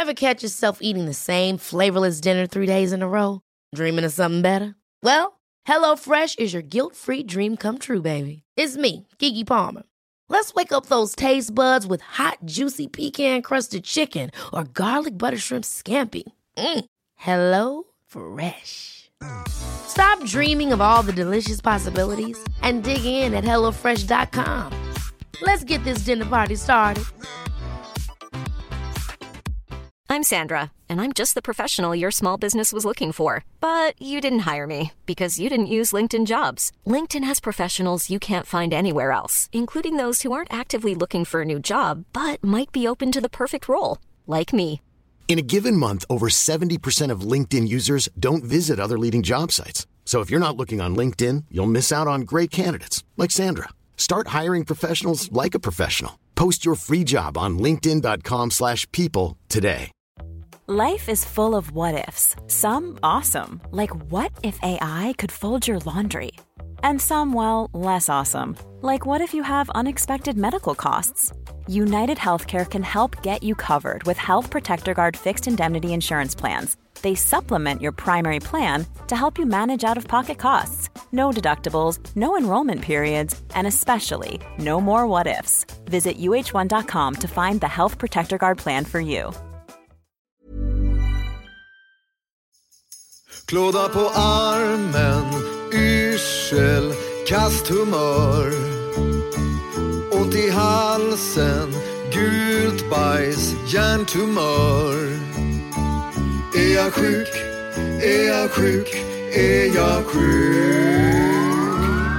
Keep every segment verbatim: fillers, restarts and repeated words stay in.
Ever catch yourself eating the same flavorless dinner three days in a row? Dreaming of something better? Well, HelloFresh is your guilt-free dream come true, baby. It's me, Keke Palmer. Let's wake up those taste buds with hot, juicy pecan-crusted chicken or garlic butter shrimp scampi. Mm. Hello Fresh. Stop dreaming of all the delicious possibilities and dig in at hello fresh dot com. Let's get this dinner party started. I'm Sandra, and I'm just the professional your small business was looking for. But you didn't hire me because you didn't use LinkedIn Jobs. LinkedIn has professionals you can't find anywhere else, including those who aren't actively looking for a new job, but might be open to the perfect role, like me. In a given month, over seventy percent of LinkedIn users don't visit other leading job sites. So if you're not looking on LinkedIn, you'll miss out on great candidates, like Sandra. Start hiring professionals like a professional. Post your free job on linkedin dot com slash people today. Life is full of what-ifs. Some awesome, like what if A I could fold your laundry? And some, well, less awesome, like what if you have unexpected medical costs? United Healthcare can help get you covered with Health Protector Guard fixed indemnity insurance plans. They supplement your primary plan to help you manage out-of-pocket costs. No deductibles, no enrollment periods, and especially no more what-ifs. Visit U H one dot com to find the Health Protector Guard plan for you. Klåda på armen, yrsel, kasthumör. Ont i halsen, gult bajs, hjärntumör. Är jag sjuk, är jag sjuk, är jag sjuk?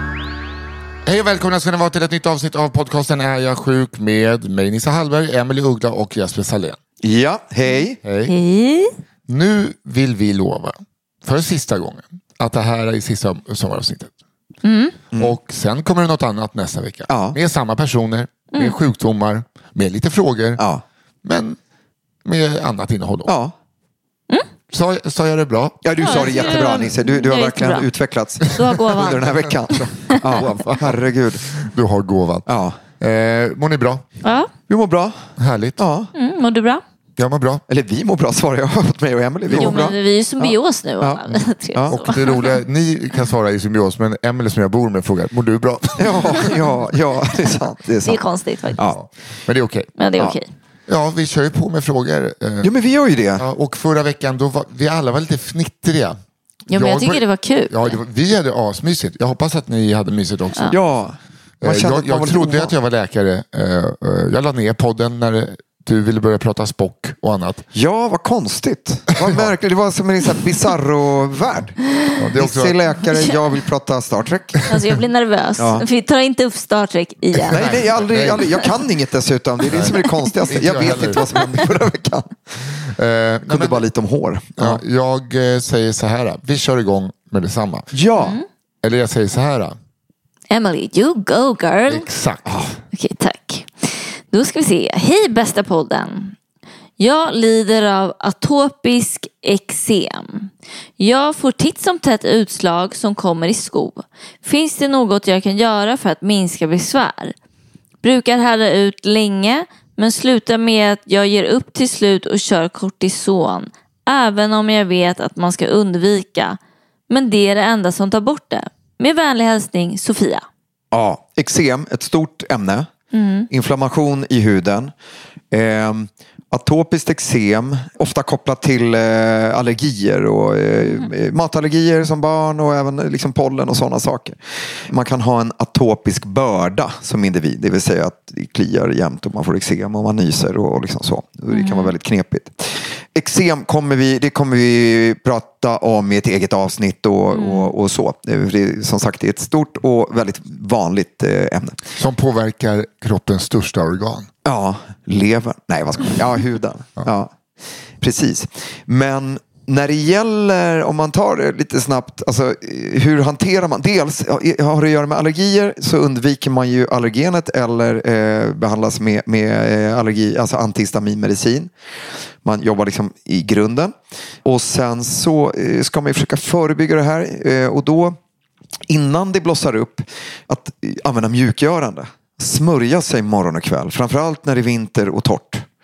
Hej och välkomna ska ni vara till ett nytt avsnitt av podcasten Är jag sjuk med mig Nissa Hallberg, Emily Uggla och Jesper Salén. Ja, hej. Hej. Hej. Nu vill vi lova för sista gången att det här är sista sommaravsnittet. Mm. Mm. Och sen kommer det något annat nästa vecka. Ja. Med samma personer, med mm. sjukdomar, med lite frågor. Ja. Men med annat innehåll. Ja. Mm. Sa, sa jag det bra? Ja, du sa det jättebra, Nisse. Du, du har verkligen jättebra. utvecklats du har gåvan. under den här veckan. Ja, herregud. Du har gåvan. Ja. Eh, mår ni bra? Ja. Vi mår bra. Härligt. Ja. Mm, mår du bra? Jag mår bra. Eller vi mår bra, svarar jag åt mig och Emily. Vi jo, mår bra. men vi är ju symbios ja. nu. Ja. Ja. Och det roliga, ni kan svara i symbios, men Emily som jag bor med frågar, mår du bra? Ja, ja, ja, det är sant. Det är, sant. Det är konstigt faktiskt. Ja. Men det är okej. Men det är ja. okej. Ja, vi kör ju på med frågor. Jo, men vi gör ju det. Ja, och förra veckan, då var, vi alla var lite fnittriga. Ja, men jag, jag tycker var, det var kul. Ja, det var, vi hade asmysigt. Jag hoppas att ni hade mysigt också. Ja. ja. Jag, jag, jag trodde att jag var läkare. Jag la ner podden när du ville börja prata Spock och annat. Ja, vad konstigt. Vad märkligt. Det var som en bizarro-värld. Ja, det är också... Nisse är läkare, jag vill prata Star Trek. Alltså jag blir nervös. Ja. Vi tar inte upp Star Trek igen. Nej, nej, jag, aldrig, aldrig, jag kan inget dessutom. Det är det som är det konstigaste. Jag vet inte vad som hände förra veckan. Uh, Kunde men, bara lite om hår. Ja. Ja, jag eh, säger så här. Vi kör igång med detsamma. Ja. Mm. Eller jag säger så här. Emily, you go girl. Exakt. Oh. Okej, tack. Då ska vi se. Hej bästa podden. Jag lider av atopisk eksem. Jag får titt som tätt utslag som kommer i skov. Finns det något jag kan göra för att minska besvär? Brukar härda ut länge, men slutar med att jag ger upp till slut och kör kortison. Även om jag vet att man ska undvika. Men det är det enda som tar bort det. Med vänlig hälsning, Sofia. Ja, eksem, ett stort ämne. Mm. Inflammation i huden. Eh, atopiskt eksem, ofta kopplat till eh, allergier och eh, mm. matallergier som barn och även liksom pollen och sådana saker. Man kan ha en atopisk börda som individ, det vill säga att det kliar jämt och man får eksem och man nyser och, och liksom så. Det kan mm. vara väldigt knepigt. Eksem kommer vi, det kommer vi prata om i ett eget avsnitt och, mm. och, och så. Det, som sagt, det är ett stort och väldigt vanligt eh, ämne. Som påverkar kroppens största organ. Ja, lever. Nej, vad ska man? Ja, huden. Ja. Ja, precis. Men när det gäller, om man tar det lite snabbt, alltså hur hanterar man? Dels har det att göra med allergier, så undviker man ju allergenet eller eh, behandlas med, med allergi, alltså antihistaminmedicin. Man jobbar liksom i grunden. Och sen så eh, ska man ju försöka förebygga det här. Eh, och då, innan det blossar upp, att eh, använda mjukgörande. Smörja sig morgon och kväll. Framförallt när det är vinter och torrt.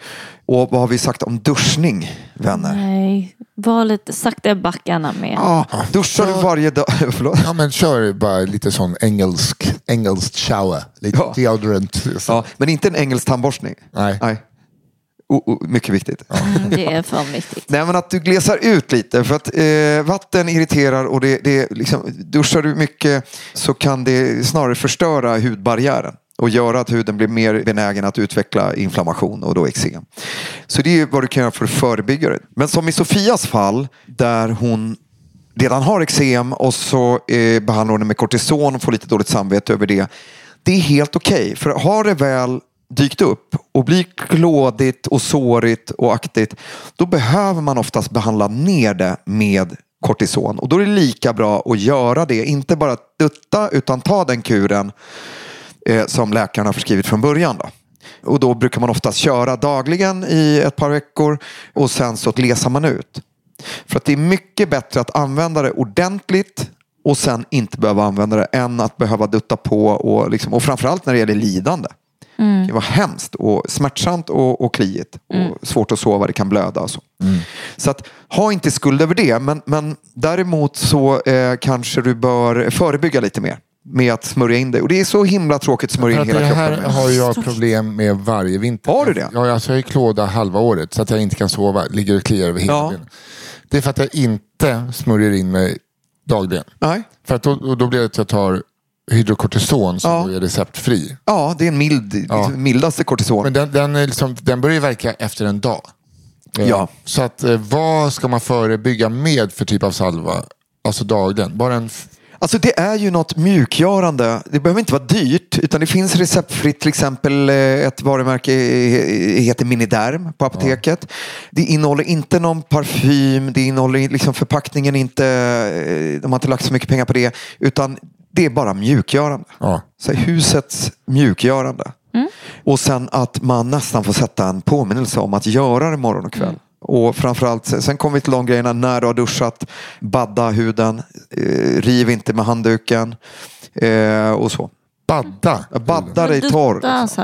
Och vad har vi sagt om duschning, vänner? Nej, var lite sakta backarna med. Ja, duschar du varje dag? Förlåt. Ja, men kör bara lite sån engelsk, engelsk shower. Lite Ja. deodorant. Ja, men inte en engelsk tandborstning. Nej. Nej. O- o- mycket viktigt. Mm, det är för viktigt. Nej, men att du glesar ut lite för att eh, vatten irriterar och det, det liksom, duschar du mycket så kan det snarare förstöra hudbarriären och göra att huden blir mer benägen att utveckla inflammation och då eksem. Så det är vad du kan göra för att förebygga det. Men som i Sofias fall där hon redan har eksem och så eh, behandlar hon det med kortison och får lite dåligt samvete över det. Det är helt okej, okay, för har det väl dykt upp och blir klådigt och sårigt och aktigt, då behöver man oftast behandla ner det med kortison. Och då är det lika bra att göra det, inte bara dutta utan ta den kuren eh, som läkaren har förskrivit från början då. Och då brukar man oftast köra dagligen i ett par veckor och sen så glesar man ut. För att det är mycket bättre att använda det ordentligt och sen inte behöva använda det än att behöva dutta på och, liksom, och framförallt när det gäller lidande. Mm. Det var hemskt och smärtsamt och, och kliigt och mm. svårt att sova, det kan blöda och så. Mm. Så att ha inte skuld över det, men, men däremot så eh, kanske du bör förebygga lite mer med att smörja in det. Och det är så himla tråkigt att smörja in hela kroppen. Det här har jag problem med varje vinter. Har du det? Ja, alltså jag är klåda halva året så att jag inte kan sova. Ligger och kliar över hela ja. benen. Det är för att jag inte smörjer in mig dagligen. Nej. För att då, då blir det att jag tar hydrokortison som ja. är receptfri. Ja, det är en mild, ja. mildaste kortison. Men den, den, är liksom, den börjar verka efter en dag. Ja. Så att, vad ska man förebygga med för typ av salva? Alltså dagligen? Bara en... Alltså det är ju något mjukgörande. Det behöver inte vara dyrt, utan det finns receptfritt, till exempel ett varumärke heter Miniderm på apoteket. Ja. Det innehåller inte någon parfym, det innehåller liksom förpackningen inte, de har inte lagt så mycket pengar på det, utan det är bara mjukgörande. Ja. Så husets mjukgörande. Mm. Och sen att man nästan får sätta en påminnelse om att göra det morgon och kväll. Mm. Och framförallt, sen kommer vi till de grejerna när du har duschat, badda huden, eh, riv inte med handduken eh, och så. Badda? Badda dig torr. Alltså,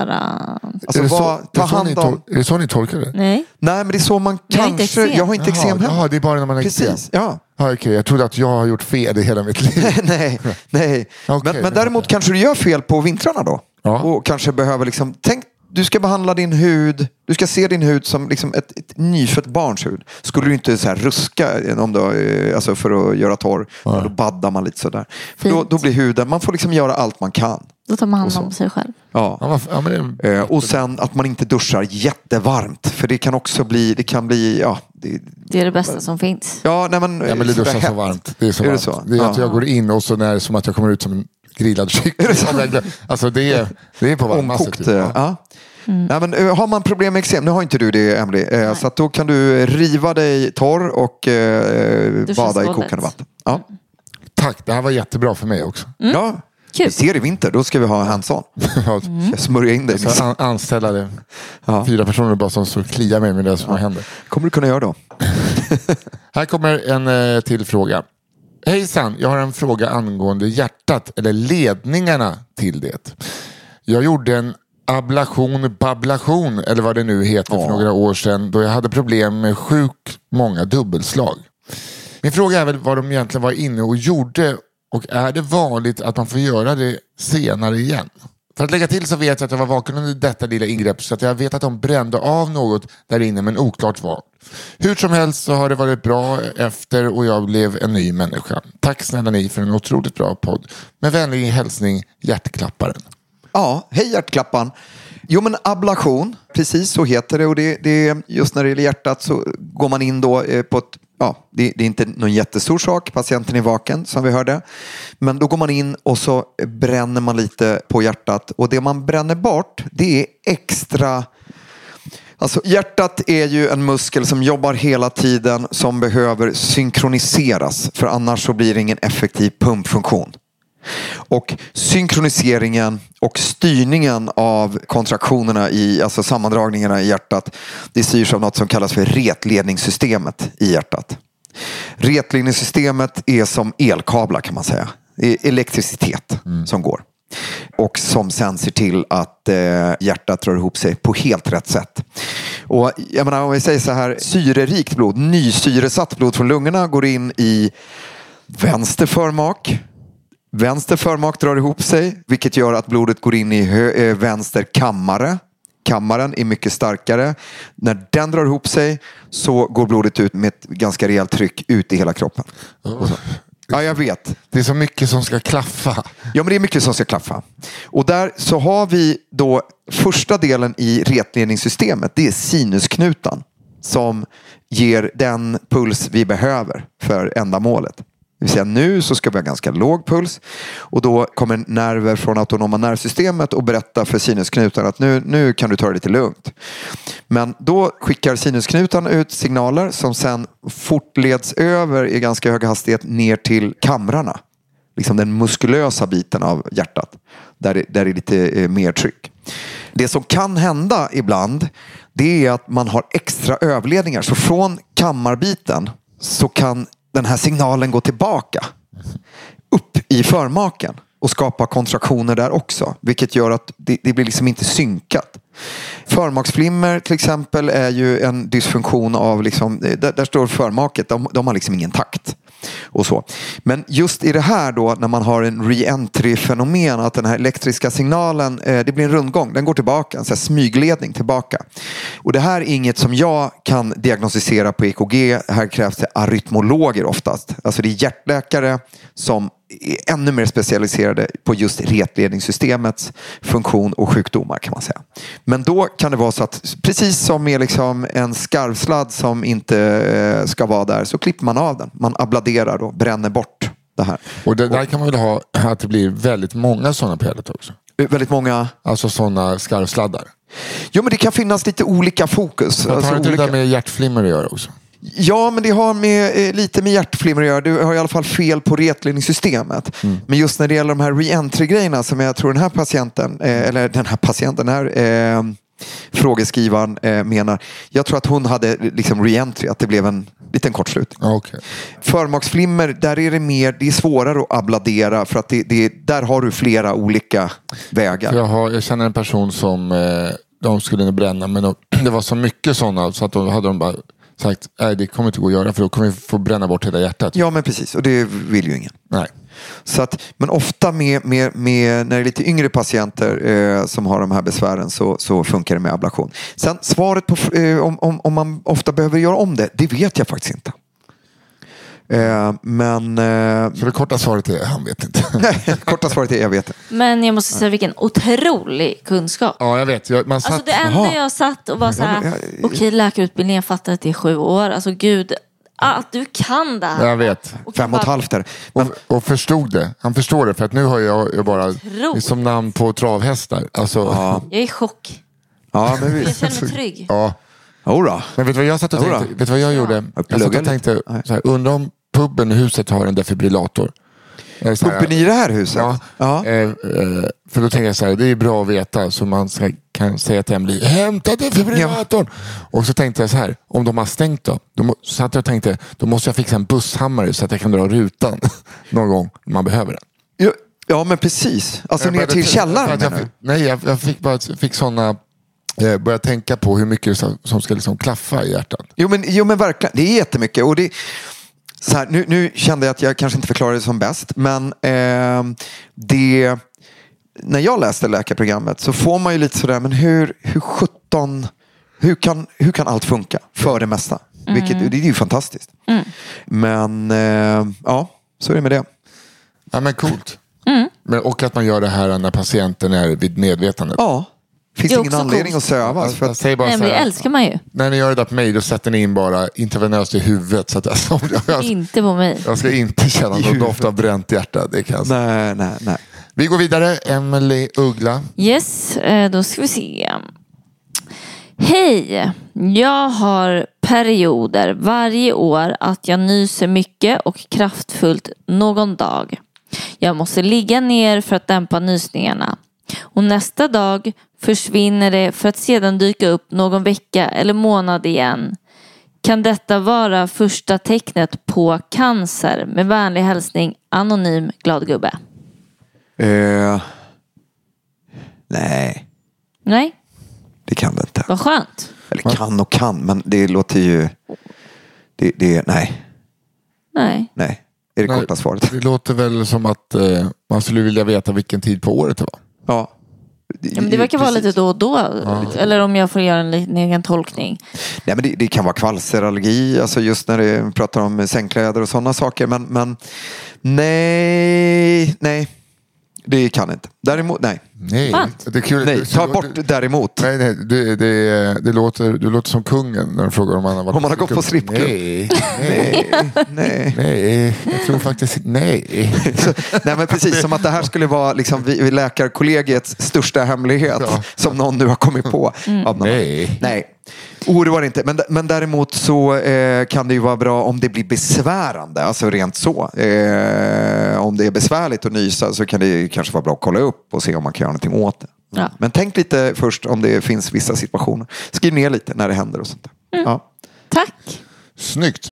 är, det så, ta hand om... är det så ni tolkar det? Nej. Nej, men det är så man jag kanske... Jag har inte eksem heller. Jaha, det är bara när man har eksem. Ja. Ah, okay. Jag trodde att jag har gjort fel i hela mitt liv. nej, nej. Okay, men, men däremot okay. kanske du gör fel på vintrarna då. Ja. Och kanske behöver liksom... Tänk, du ska behandla din hud. Du ska se din hud som liksom ett, ett nyfött barns hud. Skulle du inte så här ruska om du, alltså för att göra torr. Ja. Då baddar man lite sådär. För då, då blir huden... Man får liksom göra allt man kan. Då tar man hand om sig själv. Ja. Ja, ja men det är... Och sen att man inte duschar jättevarmt. För det kan också bli... Det kan bli... Ja, det, det är det bästa som finns. Ja, nej, men... Ja, men det duschar så varmt. Det är så är varmt. Det, så? Det är ja. att jag går in och så när det är som att jag kommer ut som en grillad kyckling. Alltså det är, det är på varmaste. Typ. Ja. Ja. Mm. Nej, men, har man problem med eksem, nu har inte du det, Emily, eh, så att då kan du riva dig torr och eh, bada i kokande vatten. Ja. Tack, det här var jättebra för mig också. Mm. Ja, kul. Vi ser i vinter, då ska vi ha hands-on. Mm. Jag smörja in dig. Så an- anställa det. Ja. Fyra personer bara som står och kliar mig med det som ja. händer. Kommer du kunna göra då? Här kommer en eh, till fråga. Hejsan, jag har en fråga angående hjärtat eller ledningarna till det. Jag gjorde en ablation, bablation eller vad det nu heter ja. för några år sedan då jag hade problem med sjukt många dubbelslag. Min fråga är väl vad de egentligen var inne och gjorde och är det vanligt att man får göra det senare igen? För att lägga till så vet jag att jag var vaken under detta lilla ingrepp så att jag vet att de brände av något där inne men oklart vad. Hur som helst så har det varit bra efter och jag blev en ny människa. Tack snälla ni för en otroligt bra podd. Med vänlig hälsning, Hjärtklapparen. Ja, hej Hjärtklappan. Jo men ablation, precis så heter det och det, det just när det gäller hjärtat så går man in då eh, på ett, ja det, det är inte någon jättestor sak, patienten är vaken som vi hörde. Men då går man in och så bränner man lite på hjärtat och det man bränner bort det är extra... Alltså hjärtat är ju en muskel som jobbar hela tiden som behöver synkroniseras för annars så blir det ingen effektiv pumpfunktion. Och synkroniseringen och styrningen av kontraktionerna i, alltså sammandragningarna i hjärtat, det styrs av något som kallas för retledningssystemet i hjärtat. Retledningssystemet är som elkablar kan man säga. Det är elektricitet mm. som går. och som sen ser till att eh, hjärtat drar ihop sig på helt rätt sätt. Och jag menar, om vi säger så här, syrerikt blod, nysyresatt blod från lungorna går in i vänster förmak. Vänster förmak drar ihop sig, vilket gör att blodet går in i hö- vänster kammare. Kammaren är mycket starkare. När den drar ihop sig så går blodet ut med ett ganska rejält tryck ut i hela kroppen. Oh. Ja, jag vet. Det är så mycket som ska klaffa. Ja, men det är mycket som ska klaffa. Och där så har vi då första delen i retledningssystemet. Det är sinusknutan som ger den puls vi behöver för ändamålet. Det vill säga nu så ska vi ha ganska låg puls och då kommer nerver från autonoma nervsystemet och berätta för sinusknutan att nu, nu kan du ta det lite lugnt. Men då skickar sinusknutan ut signaler som sen fortleds över i ganska hög hastighet ner till kamrarna. Liksom den muskulösa biten av hjärtat där det, där det är lite mer tryck. Det som kan hända ibland, det är att man har extra överledningar. Så från kammarbiten så kan den här signalen gå tillbaka upp i förmaken och skapa kontraktioner där också. Vilket gör att det, det blir liksom inte synkat. Förmaksflimmer till exempel är ju en dysfunktion av liksom, där, där står förmaket, de, de har liksom ingen takt. Och så. Men just i det här då när man har en re-entry-fenomen, att den här elektriska signalen, eh, det blir en rundgång, den går tillbaka, en sån här smygledning tillbaka. Och det här är inget som jag kan diagnostisera på E K G. Här krävs det arytmologer oftast. Alltså det är hjärtläkare som är ännu mer specialiserade på just retledningssystemets funktion och sjukdomar kan man säga. Men då kan det vara så att precis som med liksom en skarvsladd som inte ska vara där så klipper man av den. Man abladerar och bränner bort det här. Och det, där kan man väl ha att det blir väldigt många sådana på hjärtat också? Väldigt många? Alltså sådana skarvsladdar? Jo, men det kan finnas lite olika fokus. Jag tar alltså inte olika... det där med hjärtflimmer att göra också? Ja, men det har med, eh, lite med hjärtflimmer att göra. Du har i alla fall fel på retledningssystemet. Mm. Men just när det gäller de här re-entry-grejerna som jag tror den här patienten, eh, eller den här patienten, den här eh, frågeskrivaren eh, menar. Jag tror att hon hade liksom re-entry, att det blev en liten kortslutning. Okay. Förmaksflimmer, där är det mer, det är svårare att abladera för att det, det, där har du flera olika vägar. Jag, har, jag känner en person som eh, de skulle bränna, men de, det var så mycket sådana så att de hade de bara sagt, nej det kommer inte gå att göra för då kommer vi få bränna bort hela hjärtat. Ja, men precis, och det vill ju ingen. Nej. Så att, men ofta med, med, med, när det är lite yngre patienter eh, som har de här besvären så, så funkar det med ablation. Sen svaret på eh, om, om, om man ofta behöver göra om det, det vet jag faktiskt inte. Eh, men... Eh, så det korta svaret är, han vet inte. Nej, korta svaret är, jag vet inte. Men jag måste säga vilken otrolig kunskap. Ja, jag vet. Jag, man satt... Alltså det enda Aha. jag satt och var så här, Ja, men jag- okej, läkarutbildningen, jag fattar att det är sju år. Alltså gud, att du kan det här. Jag vet. Och kan Fem och ett bara- halvt där. Och, och förstod det. Han förstår det. För att nu har jag, jag bara Otroligt. det är som namn på travhästar. Alltså, ja. Jag är i chock. Ja, men Jag visst. känner mig trygg. ja. Jodå. Men vet du vad jag satt och Jodå. tänkte? Vet du vad jag gjorde? Jag satt plugga och tänkte, lite. så här, undrar om puben i huset har en defibrillator. Eller så här, Puppen i det här huset? Ja, Ja. eh, eh, för då tänker jag så här, det är bra att veta så man ska, kan säga till Emily, hämta defibrillatorn. Och så tänkte jag så här, om de har stängt då, då må, så att jag tänkte, då måste jag fixa en busshammare så att jag kan dra rutan någon gång om man behöver den. Ja, ja, men precis. Alltså Jag ner började till t- källaren för att jag menar fick- du? Nej, jag, jag fick bara fick såna, eh, börja tänka på hur mycket som, som ska liksom klaffa i hjärtat. Jo men, jo men verkligen, det är jättemycket. Och det, så här, nu, nu kände jag att jag kanske inte förklarade det som bäst. Men eh, det, när jag läste läkarprogrammet så får man ju lite sådär, men hur, hur sjutton, hur kan, hur kan allt funka för det mesta? Mm. Vilket, det är ju fantastiskt. Mm. Men eh, ja, så är det med det. Ja men coolt. Mm. Men, och att man gör det här när patienten är vid medvetandet. Ja, finns Det är ingen också anledning coolt. att sövas. För Jag att, säger bara Nej, så men det här, älskar man ju. när ni gör det där på mig då sätter ni in bara intravenöst i huvudet. Så att jag, jag, Inte på mig. jag ska inte känna I någon huvudet. doft av bränt hjärta. Det kan jag säga. nej, nej, nej. Vi går vidare. Emily Uggla. Yes, eh, då ska vi se. Hej, jag har perioder varje år att jag nyser mycket och kraftfullt någon dag. Jag måste ligga ner för att dämpa nysningarna. Och nästa dag försvinner det för att sedan dyka upp någon vecka eller månad igen. Kan detta vara första tecknet på cancer? Med vänlig hälsning, anonym glad gubbe. Eh, Nej, Nej, det kan det inte. vad skönt. Eller kan och kan, men det låter ju... Det, det, nej, Nej. nej. Är det Nej, korta svaret? Det låter väl som att eh, man skulle vilja veta vilken tid på året det var. Ja. Ja, men det verkar vara lite då och då. Eller om jag får göra en liten egen tolkning. Nej, men det, det kan vara kvalserallergi, alltså just när det pratar om sängkläder och sådana saker. Men, men nej, nej. Det kan inte. Däremot, nej. Nej, Skönt. det är kul. Nej, ta bort däremot. Nej, nej, det, det, det låter, du låter som kungen när de frågar om man har varit Om man har gått på strippklubb. Nej, nej, Nej. nej, jag tror faktiskt nej. Så, nej, men precis som att det här skulle vara liksom, vi, vi läkarkollegiets största hemlighet Ja. som någon nu har kommit på. Mm. Av någon. Nej. Nej. Oroa dig inte. Men, men däremot så eh, kan det ju vara bra om det blir besvärande. Alltså rent så. Eh, om det är besvärligt att nysa så kan det kanske vara bra att kolla upp och se om man kan göra någonting åt det. Ja. Men tänk lite först om det finns vissa situationer. Skriv ner lite när det händer och sånt där. Mm. Ja. Tack. Snyggt.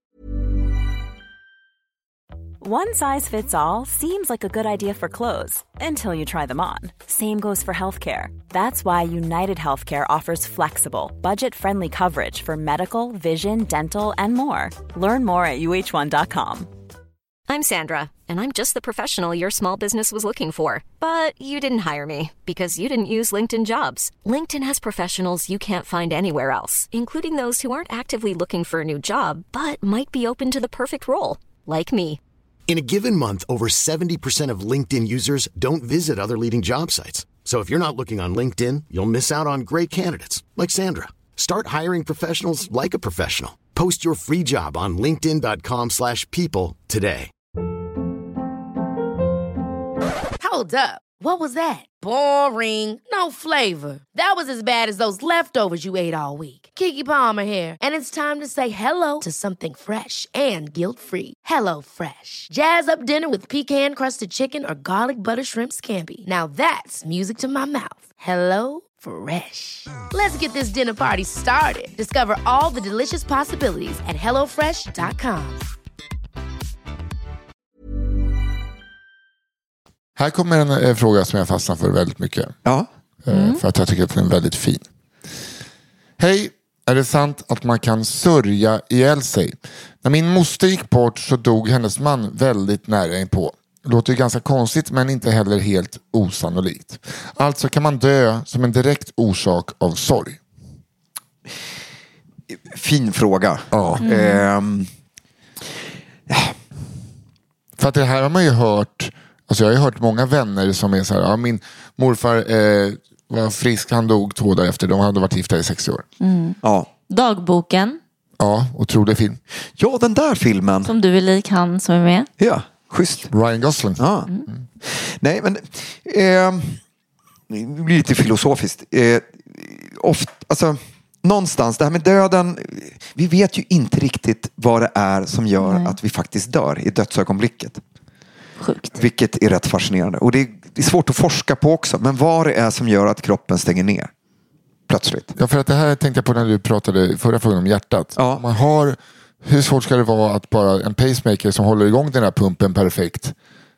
One size fits all seems like a good idea for clothes until you try them on. Same goes for healthcare. That's why United Healthcare offers flexible, budget-friendly coverage for medical, vision, dental, and more. Learn more at U H one dot com. I'm Sandra, and I'm just the professional your small business was looking for. But you didn't hire me because you didn't use LinkedIn Jobs. LinkedIn has professionals you can't find anywhere else, including those who aren't actively looking for a new job, but might be open to the perfect role, like me. In a given month, over seventy percent of LinkedIn users don't visit other leading job sites. So if you're not looking on LinkedIn, you'll miss out on great candidates like Sandra. Start hiring professionals like a professional. Post your free job on linkedin dot com slash people today. Hold up. What was that? Boring. No flavor. That was as bad as those leftovers you ate all week. Keke Palmer here, and it's time to say hello to something fresh and guilt-free. Hello Fresh. Jazz up dinner with pecan-crusted chicken or garlic butter shrimp scampi. Now that's music to my mouth. Hello Fresh. Let's get this dinner party started. Discover all the delicious possibilities at hello fresh dot com. Här kommer en eh, fråga som jag fastnar för väldigt mycket. Ja. Eh, för att jag tycker att den är väldigt fin. Hej, är det sant att man kan sörja ihjäl sig? När min moster gick bort så dog hennes man väldigt nära inpå. Låter ju ganska konstigt men inte heller helt osannolikt. Alltså kan man dö som en direkt orsak av sorg? Fin fråga. Ja. Ehm, För att det här har man ju hört. Alltså jag har ju hört många vänner som är så här. Ja, min morfar eh, var frisk, han dog två dagar efter. De hade varit gifta i sextio år. Mm. ja. Dagboken, Ja, otrolig film. ja, den där filmen. som du är lik han som är med. Ja, schysst. Ryan Gosling. Ja. Mm. Nej, men eh, det blir lite filosofiskt. Eh, ofta, alltså, någonstans, det här med döden, vi vet ju inte riktigt vad det är som gör Nej. att vi faktiskt dör i dödsögonblicket. Sjukt. Vilket är rätt fascinerande. Och det är, det är svårt att forska på också. Men vad det är som gör att kroppen stänger ner plötsligt. Ja, för att det här tänkte jag på när du pratade i förra frågan om hjärtat. Ja. Man har, hur svårt ska det vara att bara en pacemaker som håller igång den här pumpen perfekt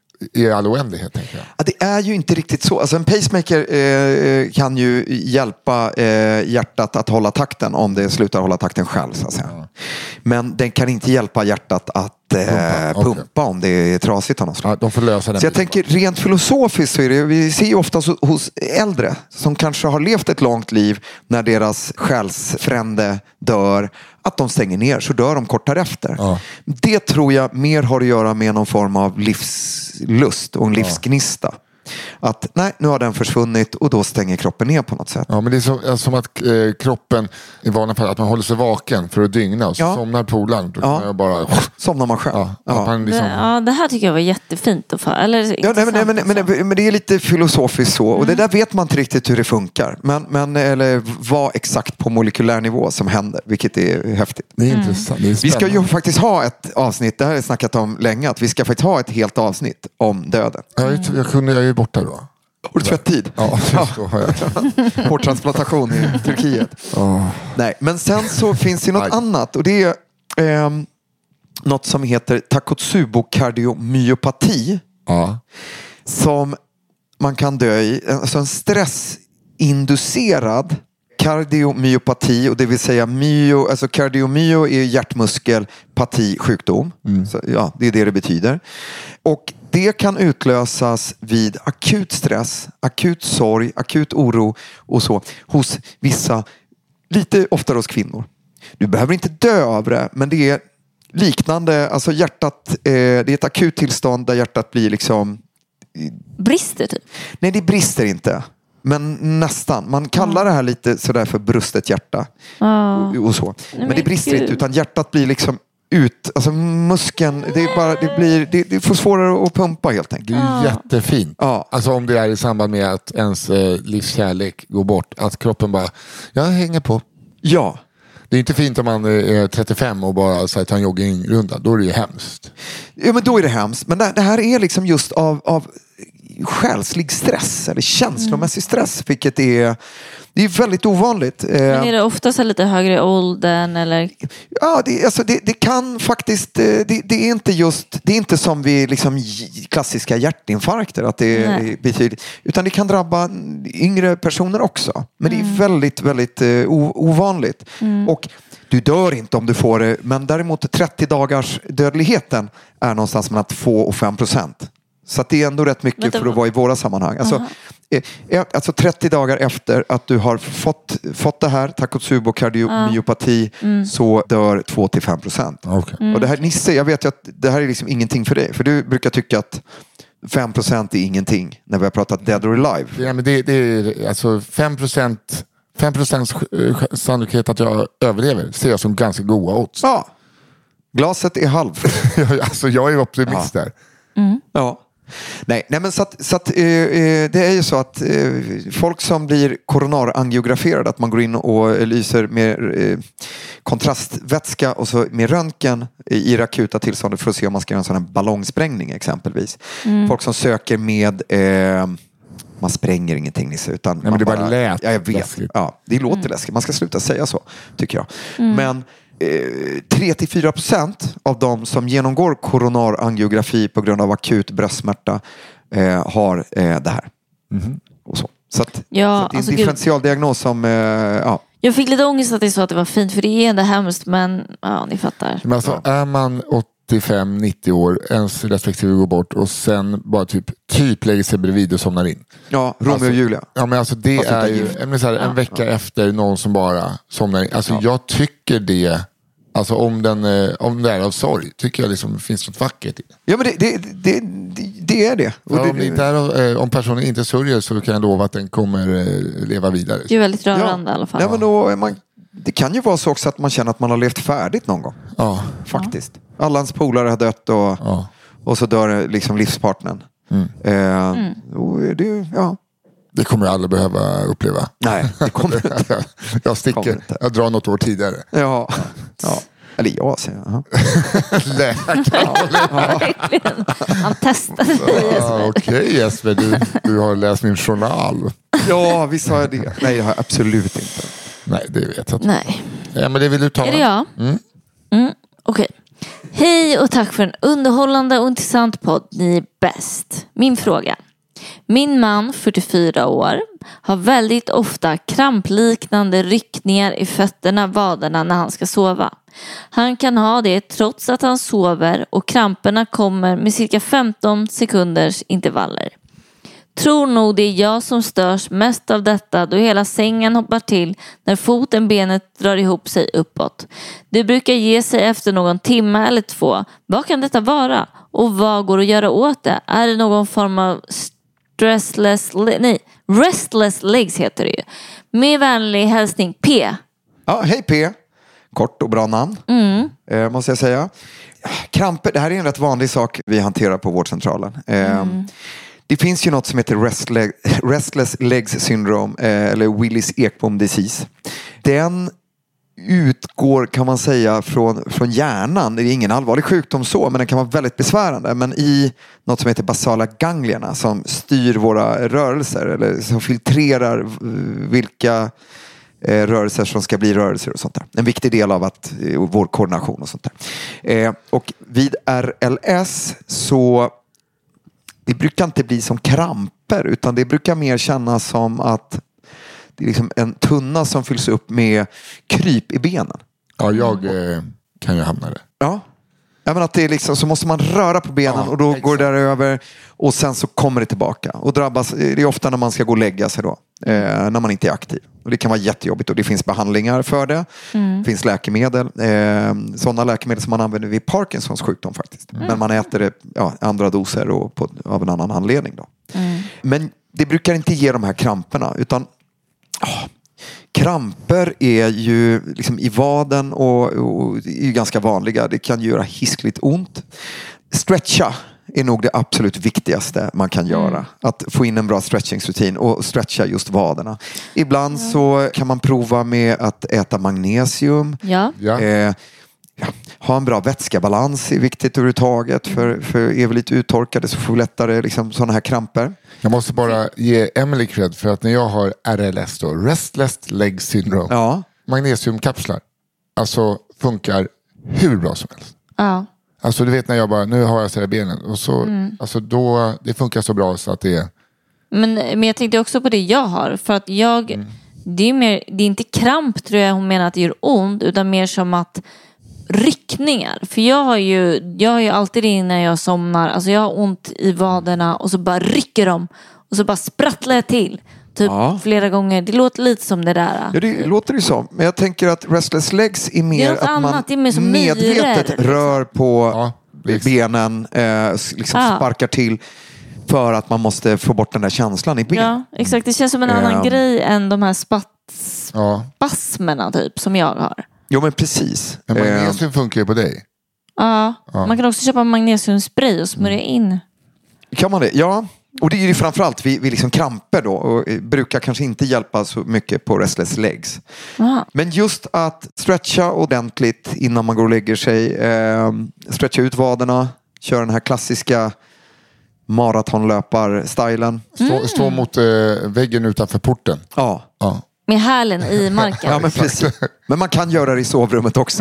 i all oändlighet, tänker jag. Ja, det är ju inte riktigt så. Alltså en pacemaker eh, kan ju hjälpa eh, hjärtat att hålla takten om det slutar hålla takten själv. Så att säga. Ja. Men den kan inte hjälpa hjärtat att eh, Pumpa, okej. pumpa om det är trasigt av något slag. Ja, de får lösa den. Så jag tänker rent filosofiskt så är det, vi ser ju ofta hos, hos äldre som kanske har levt ett långt liv när deras själsfrände dör, att de stänger ner så dör de kort därefter. Ja. Det tror jag mer har att göra med någon form av livslust och en livsgnista. Att nej, nu har den försvunnit och då stänger kroppen ner på något sätt. Ja, men det är som, som att eh, kroppen i vanliga fall att man håller sig vaken för att dygna och så Ja. somnar polaren. Då kan Ja. man ju bara... Somnar man själv. Ja, Ja. att man liksom, Det, ja, det här tycker jag var jättefint. Att få, eller, Ja, nej, men, nej, men, intressant men, att få. men, men det är lite filosofiskt så. Och det där vet man inte riktigt hur det funkar. Men, men, eller vad exakt på molekylär nivå som händer. Vilket är häftigt. det är intressant. Det är Vi ska ju spännande. faktiskt ha ett avsnitt, det här har jag snackat om länge, att vi ska faktiskt ha ett helt avsnitt om döden. Jag, är- jag, kunde, jag är ju borta då. Har du tvätttid? Ja, så har jag. Hårtransplantation i Turkiet. Oh. Nej, men sen så finns det något Aj. annat och det är ehm, något som heter Takotsubo-kardiomyopati Ja. som man kan dö i. Alltså en stress inducerad kardiomyopati, och det vill säga myo, alltså kardiomyo är hjärtmuskelpati sjukdom. Mm. Så, ja, det är det det betyder. Och det kan utlösas vid akut stress, akut sorg, akut oro och så hos vissa, lite oftare hos kvinnor. Du behöver inte dö av det, men det är liknande, alltså hjärtat, eh, det är ett akut tillstånd där hjärtat blir liksom... Brister typ? Nej, det brister inte. Men nästan. Man kallar det här lite sådär för brustet hjärta. Oh. Och, och så. Men, men det brister Gud. inte, utan hjärtat blir liksom ut, alltså muskeln, det är bara, det blir, det, det får svårare att pumpa helt enkelt. Det är jättefint. Ja. Alltså om det är i samband med att ens eh, livskärlek går bort, att kroppen bara, jag hänger på. Ja. Det är inte fint om man är trettiofem och bara så här, tar en joggingrunda. Då är det ju hemskt. Ja, men då är det hemskt. Men det, det här är liksom just av, av själslig stress eller känslomässig stress, vilket är, det är väldigt ovanligt. Men är det ofta så lite högre i åldern eller? Ja, det, alltså det, det kan faktiskt, det, det är inte just, det är inte som vid liksom klassiska hjärtinfarkter att det är betydligt, utan det kan drabba yngre personer också. Men mm. det är väldigt, väldigt uh, ovanligt. Mm. Och du dör inte om du får det, men däremot trettio dagars dödligheten är någonstans mellan två och fem procent. Så att det är ändå rätt mycket Vänta, för att vara i våra sammanhang. Alltså, eh, alltså trettio dagar efter att du har fått, fått det här, Takotsubo kardiomyopati, mm. så dör två till fem procent. Okay. Mm. Och det här, Nisse, jag vet ju att det här är liksom ingenting för dig. För du brukar tycka att fem procent är ingenting när vi har pratat dead or alive. Ja, men det, det är alltså fem procent fem procent sannolikhet att jag överlever ser jag som ganska goda odds. Ja, glaset är halv. Alltså jag är optimist ja. där. Mm. Ja. Nej, nej, men så att, så att, eh, det är ju så att eh, folk som blir koronarangiograferade, att man går in och lyser med eh, kontrastvätska och så med röntgen i det akuta tillståndet för att se om man ska göra en sån här ballongsprängning exempelvis. Mm. Folk som söker med eh, man spränger ingenting Nisse, utan nej, man men det bara, bara lät ja, jag vet. läskigt. Ja, det låter mm. läskigt. Man ska sluta säga så, tycker jag. Mm. Men tre till fyra procent av de som genomgår koronarangiografi på grund av akut bröstsmärta eh, har eh, det här. Mm. Och så. Så, att, ja, så att det är en alltså, differentialdiagnos som... Eh, ja. Jag fick lite ångest att det sa att det var fint, för det är ändå hemskt, men ja, ni fattar. Men alltså, ja. Är man åttiofem nittio år, ens respektive går bort och sen bara typ, typ lägger sig bredvid och somnar in. Ja, Romeo alltså, och Julia. Ja, men alltså det Fast är ju en, så här, en ja. vecka ja. efter någon som bara somnar in. Alltså ja. jag tycker det, alltså om, den, om det är av sorg, tycker jag liksom det finns något vackert i det. Ja, men det, det, det, det, det är det. Och det, om, det inte är, om personen inte sörjer så kan jag lova att den kommer leva vidare. Det är väldigt rörande ja. i alla fall. Ja, men då är man, det kan ju vara så också att man känner att man har levt färdigt någon gång. Ja. Faktiskt. Alla hans polare har dött och, ja. och så dör liksom livspartnern. Mm. Eh, mm. Och det, ja. det kommer jag aldrig behöva uppleva. Nej, det kommer inte. jag sticker. Inte. Jag drar något år tidigare. Ja, ja. ja. Eller jag säger jag. Läkare. Ja. Han testade dig. Ah, Okej okay, Jesper, du, du har läst min journal. Ja, visst har jag det. Nej, det har jag absolut inte. Nej, det vet jag inte. Nej. Ja, men det vill du ta. Är det jag? Mm. Mm, Okej. Okay. Hej och tack för en underhållande och intressant podd. Ni är bäst. Min fråga. Min man, fyrtiofyra år, har väldigt ofta krampliknande ryckningar i fötterna, vaderna när han ska sova. Han kan ha det trots att han sover och kramperna kommer med cirka femton sekunders intervaller. Tror nog det är jag som störs mest av detta, då hela sängen hoppar till när foten benet drar ihop sig uppåt. Det brukar ge sig efter någon timme eller två. Vad kan detta vara? Och vad går att göra åt det? Är det någon form av stressless, nej, restless legs heter det ju. Med vänlig hälsning P. Ja, hej P. Kort och bra namn, mm. eh, måste jag säga. Kramper, det här är en rätt vanlig sak vi hanterar på vårdcentralen. Eh, mm. Det finns ju något som heter restless, restless legs syndrome eh, eller Willis-Ekbom disease. Den utgår, kan man säga, från, från hjärnan. Det är ingen allvarlig sjukdom så, men den kan vara väldigt besvärande. Men i något som heter basala ganglierna som styr våra rörelser eller som filtrerar vilka eh, rörelser som ska bli rörelser och sånt där. En viktig del av att, eh, vår koordination och sånt där. Eh, och vid R L S så det brukar inte bli som kramper, utan det brukar mer kännas som att det är liksom en tunna som fylls upp med kryp i benen. Ja, jag eh, kan ju hamna där. Ja. Ja, men att det är liksom, så måste man röra på benen Ja, och då exakt. går det där över och sen så kommer det tillbaka. Och drabbas, det är ofta när man ska gå och lägga sig då. Eh, när man inte är aktiv. Och det kan vara jättejobbigt och det finns behandlingar för det. Det finns läkemedel. Eh, sådana läkemedel som man använder vid Parkinsons sjukdom faktiskt. Mm. Men man äter det ja, andra doser och på, av en annan anledning då. Mm. Men det brukar inte ge de här kramperna utan åh, kramper är ju liksom i vaden och, och är ju ganska vanliga. Det kan göra hiskligt ont. Stretcha är nog det absolut viktigaste man kan göra. Mm. Att få in en bra stretchingsrutin och stretcha just vaderna. Ibland mm. så kan man prova med att äta magnesium. Ja. Ja. Eh, ja, ha en bra vätskebalans är viktigt överhuvudtaget. För, för är vi lite uttorkade så får vi lättare liksom, sådana här kramper. Jag måste bara ge Emily cred för att när jag har R L S då, Restless Leg Syndrome, Ja. magnesiumkapslar, alltså funkar hur bra som helst. Ja. Alltså du vet när jag bara, nu har jag så här benen och så, mm. alltså då, det funkar så bra så att det är... Men, men jag tänkte också på det jag har. För att jag, mm. det är mer, det är inte kramp tror jag hon menar att det gör ont, utan mer som att ryckningar. För jag har ju, jag har ju alltid det när jag somnar, alltså jag har ont i vaderna och så bara rycker de och så bara sprattlar jag till. Typ Ja. flera gånger. Det låter lite som det där. Ja, det låter ju som. Men jag tänker att restless legs är mer något att man annat. Det är mer som medvetet myror, liksom. rör på Ja, visst. benen, eh, liksom Ja. sparkar till för att man måste få bort den där känslan i benen. Ja, exakt. Det känns som en annan Mm. grej än de här spats- Ja. spasmerna typ som jag har. Jo, men precis. Men Eh, magnesium funkar ju på dig. Ja, Ja. man kan också köpa magnesiumspray och smörja in. kan man det? Ja. Och det är ju framförallt vid, vid liksom kramper då. Och eh, brukar kanske inte hjälpa så mycket på restless legs. Aha. Men just att stretcha ordentligt innan man går och lägger sig. Eh, stretcha ut vaderna. Köra den här klassiska maratonlöpar-stylen. Stå, stå mot eh, väggen utanför porten. Ja. Ja. Med hälen i marken. Ja, men precis. Men man kan göra det i sovrummet också.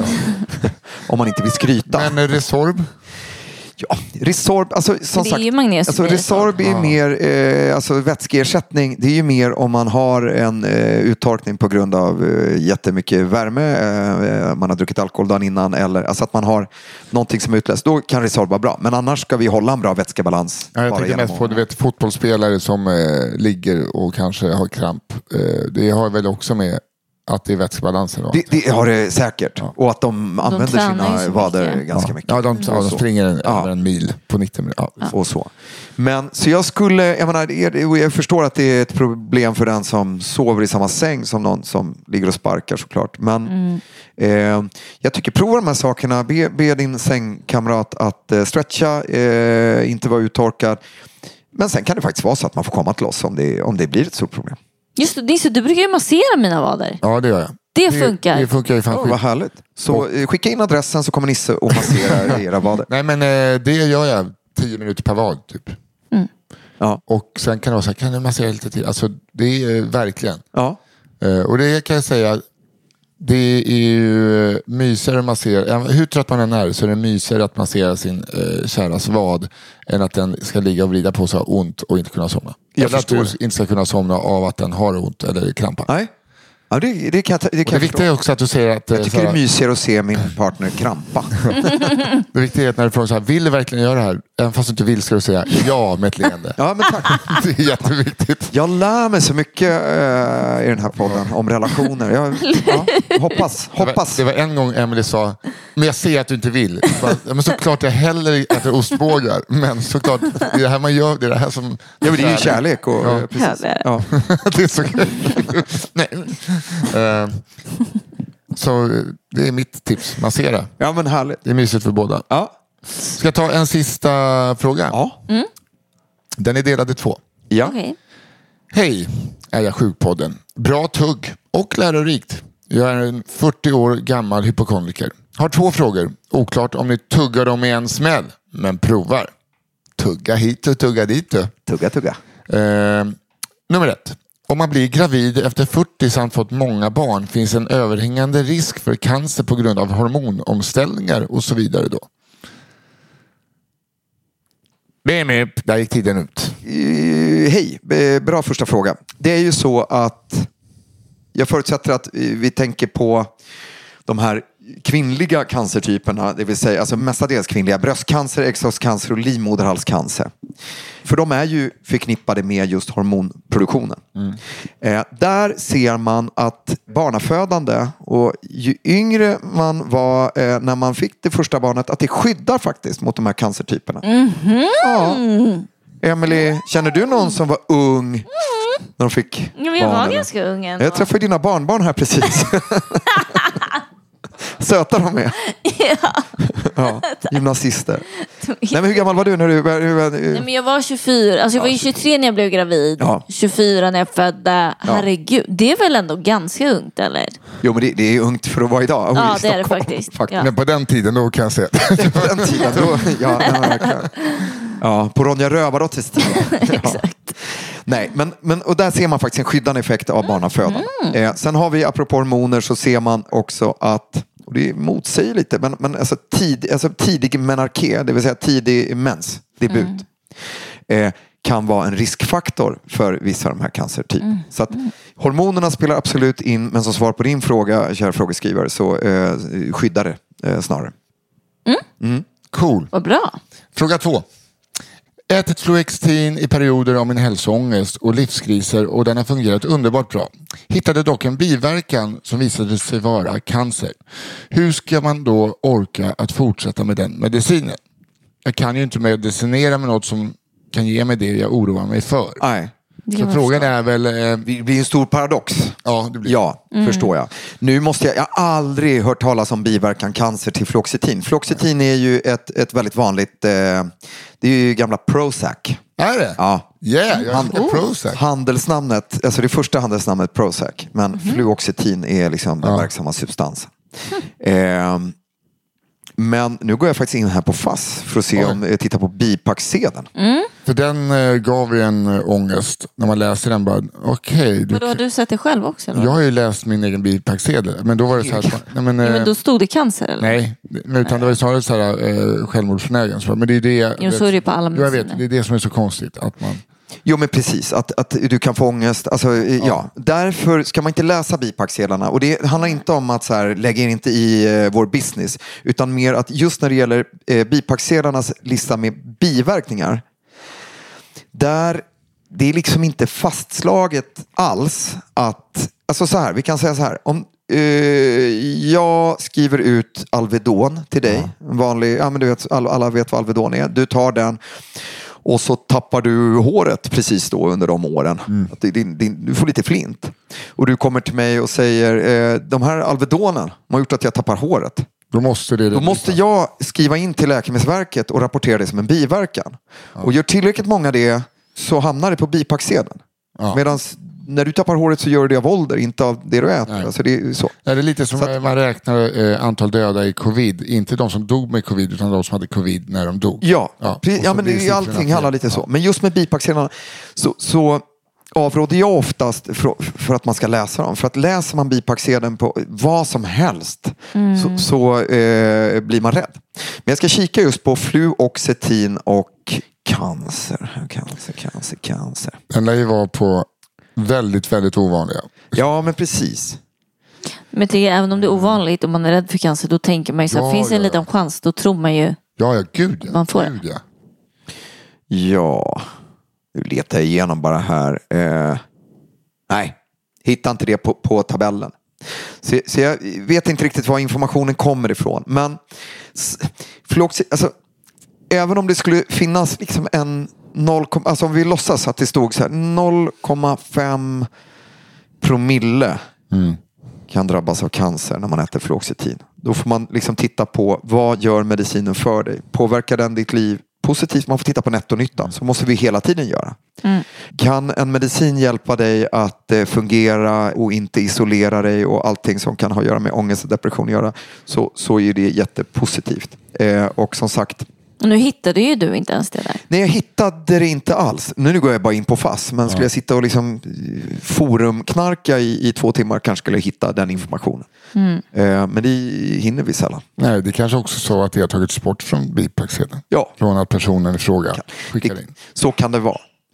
Om man inte vill skryta. Men eh, Resorb? Ja, Resorb, alltså som Det är sagt, ju magnesium alltså, i Resorb är Ja. mer, eh, alltså vätskeersättning, det är ju mer om man har en eh, uttorkning på grund av eh, jättemycket värme, eh, man har druckit alkohol dagen innan, eller alltså att man har någonting som är utlöst, då kan Resorb vara bra. Men annars ska vi hålla en bra vätskebalans. Ja, jag bara tänker genom mest på att- du vet, fotbollsspelare som eh, ligger och kanske har kramp. Eh, det har väl också med att det är vätskebalansen då. det, det har det säkert. Och att de använder tränar ju sina så vader mycket. ganska ja. mycket. Ja, de, ja, de Så. springer en, Ja. över en mil på nittio minuter. Ja. Och så. Men så jag skulle, jag menar, det är- jag förstår att det är ett problem för den som sover i samma säng som någon som ligger och sparkar såklart. Men Mm. eh, jag tycker prova de här sakerna. Be, be din sängkamrat att eh, stretcha, eh, inte vara uttorkad. Men sen kan det faktiskt vara så att man får komma till oss om det, om det blir ett stort problem. Just det, Nisse, du brukar ju massera mina vader. Ja, det gör jag. Det funkar. Det, det funkar ju fan Ja, skit. vad härligt. Så eh, skicka in adressen så kommer Nisse och massera era vader. Nej, men eh, det gör jag tio minuter per vad typ. Ja. Och sen kan det vara så här, kan du massera lite till? Alltså det är eh, verkligen. Ja. Eh, och det kan jag säga, det är ju mysigare att massera. ja, Hur trött man än är så är det mysigare att massera sin eh, käras vad än att den ska ligga och vrida på sig och ha ont och inte kunna somna. Jag eller att du förstår inte ska kunna somna av att den har ont eller krampar. Nej. Ja, det, det kan jag, ta- det Och kan det jag viktiga förstå. är också att du säger att... eh, Jag så tycker det här- är mysigare att se min partner krampa. Det viktiga är att när du frågar så här, vill du verkligen göra det här? Även fast du inte vill ska du säga ja med ett leende. Ja, men tack. Det är jätteviktigt. Jag lär mig så mycket eh, i den här podden om relationer. Jag, ja, hoppas, Det var, hoppas. det var en gång Emily sa, men jag ser att du inte vill. Jag bara, ja, men såklart jag hellre äter ostbågar. Men såklart, det är det här man gör, det är det här som... Ja, men det är ju kärlek. Och, Ja. eh, precis. Ja, det är det. Ja. Det är så kul. Nej. Eh, så eh, det är mitt tips, massera. ja, men härligt. Det är mysigt för båda. Ja. Ska jag ta en sista fråga? Ja. Den är delad i två. Ja. Okej. Hej, är jag sjukpodden. Bra tugg och lärorikt. Jag är en fyrtio år gammal hypokondriker. Har två frågor. Oklart om ni tuggar dem i en smäll, men provar. Tugga hit och tugga dit. Då. Tugga, tugga. Eh, nummer ett. Om man blir gravid efter fyrtio samt fått många barn finns en överhängande risk för cancer på grund av hormonomställningar och så vidare då. Bemip, där gick tiden ut. Eh, Hej, Eh, bra första fråga. Det är ju så att jag förutsätter att vi tänker på de här kvinnliga cancertyperna, det vill säga alltså mestadels kvinnliga, bröstcancer, äggstockscancer och livmoderhalscancer. För de är ju förknippade med just hormonproduktionen. Mm. Eh, där ser man att barnafödande, och ju yngre man var eh, när man fick det första barnet, att det skyddar faktiskt mot de här cancertyperna. Mm-hmm. Ja. Emily, känner du någon som var ung när de fick ja, men jag barn, var eller? ganska ung ändå. Jag träffade dina barnbarn här precis. Söta de är. Ja. Ja, gymnasister. Nej, men hur gammal var du när du... Hur, hur... Nej, men jag var tjugofyra. Alltså jag var ju tjugotre när jag blev gravid. Ja. tjugofyra när jag födde. Herregud, det är väl ändå ganska ungt, eller? Jo, men det, det är ungt för att vara idag. Ja, det är det faktiskt. faktiskt. Ja. Men på den tiden då kan jag säga. På den tiden då, ja, ja, på Ronja Rövardotters tid. Ja. Exakt. Nej, men, men och där ser man faktiskt en skyddande effekt av barnafödan. Mm. Eh, sen har vi, apropå hormoner, så ser man också att, och det motsäger lite, men, men alltså, tid, alltså tidig menarké, det vill säga tidig mens, debut, mm. eh, kan vara en riskfaktor för vissa av de här cancertyper. Mm. Så att mm. hormonerna spelar absolut in, men som svar på din fråga, kära frågeskrivare, så eh, skyddar det eh, snarare. Mm. Mm. Cool. Vad bra. Fråga två. Ätit Fluoxetin i perioder av min hälsoångest och livskriser och den har fungerat underbart bra. Hittade dock en biverkan som visade sig vara cancer. Hur ska man då orka att fortsätta med den medicinen? Jag kan ju inte medicinera med något som kan ge mig det jag oroar mig för. Nej. Så frågan är väl... Eh, det blir en stor paradox. Ja, det blir. Ja, mm. förstår jag. Nu måste jag... Jag har aldrig hört talas om biverkan cancer till Fluoxetin. Fluoxetin är ju ett, ett väldigt vanligt... Eh, det är ju gamla Prozac. Är det? Ja. Yeah, jag Hand, oh. Prozac. Handelsnamnet, alltså det första handelsnamnet Prozac. Men mm. Fluoxetin är liksom den ja. verksamma substansen. Mm. Eh, Men nu går jag faktiskt in här på F A S för att se Oj. om jag tittar på bipacksedeln. Mm. För den äh, gav ju en äh, ångest när man läser den. Bara, okay, men då har du sett det själv också? Eller? Jag har ju läst min egen bipacksedel. Men då var det så här... nej, men, äh, ja, men då stod det cancer eller? Nej, utan nej. det var snarare så här äh, självmordsbenägen. Men det är det... Jo, så är det på alla jag vet, det är det som är så konstigt. Att man... Jo, men precis. Att, att du kan få ångest. Alltså, ja. ja. Därför ska man inte läsa bipacksedlarna. Och det handlar inte om att så här, lägga in inte i eh, vår business. Utan mer att just när det gäller eh, bipacksedlarnas lista med biverkningar. Där det är liksom inte fastslaget alls att... Alltså så här, vi kan säga så här. Om eh, jag skriver ut Alvedon till dig. Ja. En vanlig, ja, men du vet, alla, alla vet vad Alvedon är. Du tar den... Och så tappar du håret precis då under de åren. Mm. Att din, din, du får lite flint. Och du kommer till mig och säger eh, de här Alvedonen har gjort att jag tappar håret. Då måste, det då måste jag skriva in till Läkemedelsverket och rapportera det som en biverkan. Ja. Och gör tillräckligt många det så hamnar det på bipacksedeln. Ja. Medan när du tappar håret så gör du det av ålder, inte av det du äter. Alltså det är så. Ja, det är lite som att man räknar eh, antal döda i covid. Inte de som dog med covid utan de som hade covid när de dog. Ja, ja, ja men det är allting handlar lite så. Men just med bipacksedlarna så, så avråder jag oftast för, för att man ska läsa dem. För att läser man bipacksedeln på vad som helst mm. så, så eh, blir man rädd. Men jag ska kika just på Fluoxetin och cancer. Cancer, cancer, cancer. Den lär ju vara på väldigt, väldigt ovanliga. Ja, men precis. Men det är, även om det är ovanligt och man är rädd för cancer, då tänker man ju så här, ja, finns det en ja, liten chans, då tror man ju ja, ja, gud, ja. man får gud, ja. Ja, nu letar jag igenom bara här. Eh, nej, hittar inte det på, på tabellen. Så, så jag vet inte riktigt var informationen kommer ifrån. Men Fluoxetin, alltså, även om det skulle finnas liksom en noll, alltså om vi låtsas att det stod så här noll komma fem promille mm. kan drabbas av cancer när man äter Fluoxetin. Då får man liksom titta på vad gör medicinen för dig? Påverkar den ditt liv positivt? Man får titta på nettonyttan. Så måste vi hela tiden göra. Mm. Kan en medicin hjälpa dig att eh, fungera och inte isolera dig och allting som kan ha att göra med ångest och depression att göra, så, så är det jättepositivt. Eh, och som sagt, och nu hittade ju du inte ens det där. Nej, jag hittade det inte alls. Nu, nu går jag bara in på F A S. Men skulle ja. jag sitta och liksom forumknarka i, i två timmar kanske skulle jag hitta den informationen. Mm. Eh, men det hinner vi sällan. Nej, det är kanske också så att det har tagits bort från bipacksedeln. Ja. Från att personen i fråga skickar det, in. Så kan det vara.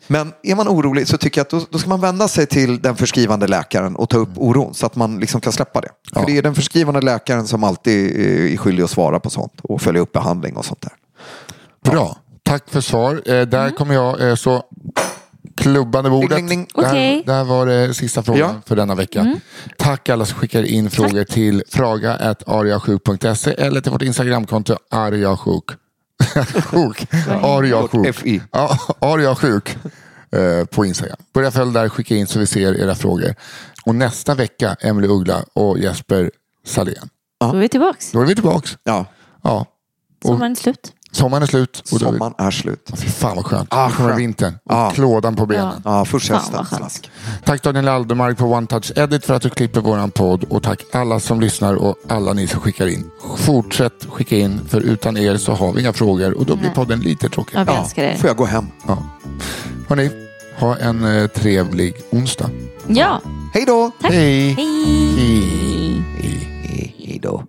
Men är man orolig så tycker jag att då, då ska man vända sig till den förskrivande läkaren och ta upp oron så att man liksom kan släppa det. Ja. För det är den förskrivande läkaren som alltid är skyldig att svara på sånt och följa upp behandling och sånt där. Bra, tack för svar. Eh, där mm. kommer jag eh, så klubbande bordet. Ding, ding, ding. Där, Okay. där var det sista frågan ja. för denna vecka. Mm. Tack alla som skickar in tack. frågor till fraga at ariasjuk punkt se eller till vårt Instagramkonto ariasjuk. Sjuk. Ariasjuk. F I. Ja, ariasjuk eh, på Instagram. Börja följa där, skicka in så vi ser era frågor. Och nästa vecka Emily Uggla och Jesper Salén. Ja. Då är vi tillbaks. Då är vi tillbaks. Ja. Ja. Och sommaren är slut. Sommaren är slut. Och sommaren är slut. Fy fan vad skönt. Ah, nu kommer vintern. Och ah. klådan på benen. Ja, ah, först hösten. Tack Daniel Aldermark på One Touch Edit för att du klipper våran podd. Och tack alla som lyssnar och alla ni som skickar in. Fortsätt skicka in, för utan er så har vi inga frågor. Och då blir podden lite tråkig. Jag älskar det. Får jag gå hem? Ja. Hörrni, ha en eh, trevlig onsdag. Ja. Hej då. Tack. Hej. Hej. Hej. Hej då.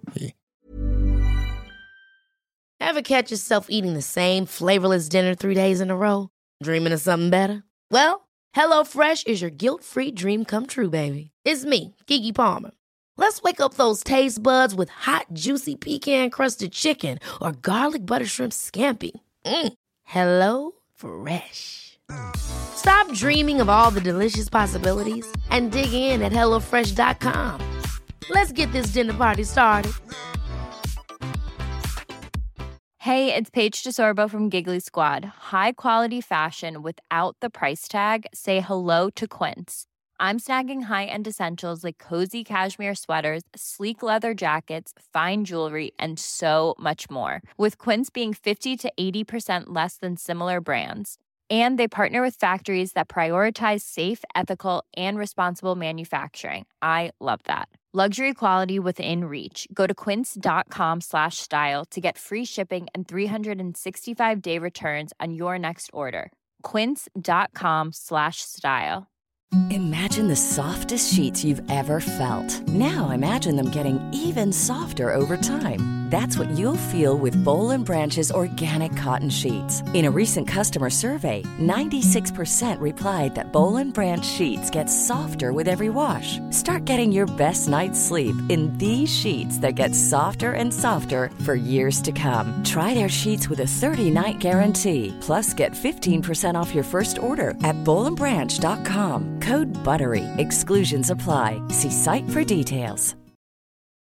Ever catch yourself eating the same flavorless dinner three days in a row? Dreaming of something better? Well, HelloFresh is your guilt-free dream come true, baby. It's me, Keke Palmer. Let's wake up those taste buds with hot, juicy pecan-crusted chicken or garlic butter shrimp scampi. Mm. Hello Fresh. Stop dreaming of all the delicious possibilities and dig in at hello fresh dot com. Let's get this dinner party started. Hey, it's Paige DeSorbo from Giggly Squad. High quality fashion without the price tag. Say hello to Quince. I'm snagging high-end essentials like cozy cashmere sweaters, sleek leather jackets, fine jewelry, and so much more. With Quince being fifty to eighty percent less than similar brands. And they partner with factories that prioritize safe, ethical, and responsible manufacturing. I love that. Luxury quality within reach. Go to quince.com slash style to get free shipping and three sixty-five day returns on your next order. Quince.com slash style. Imagine the softest sheets you've ever felt. Now imagine them getting even softer over time. That's what you'll feel with Boll and Branch's organic cotton sheets. In a recent customer survey, ninety-six percent replied that Boll and Branch sheets get softer with every wash. Start getting your best night's sleep in these sheets that get softer and softer for years to come. Try their sheets with a thirty-night guarantee. Plus, get fifteen percent off your first order at boll and branch dot com. Code BUTTERY. Exclusions apply. See site for details.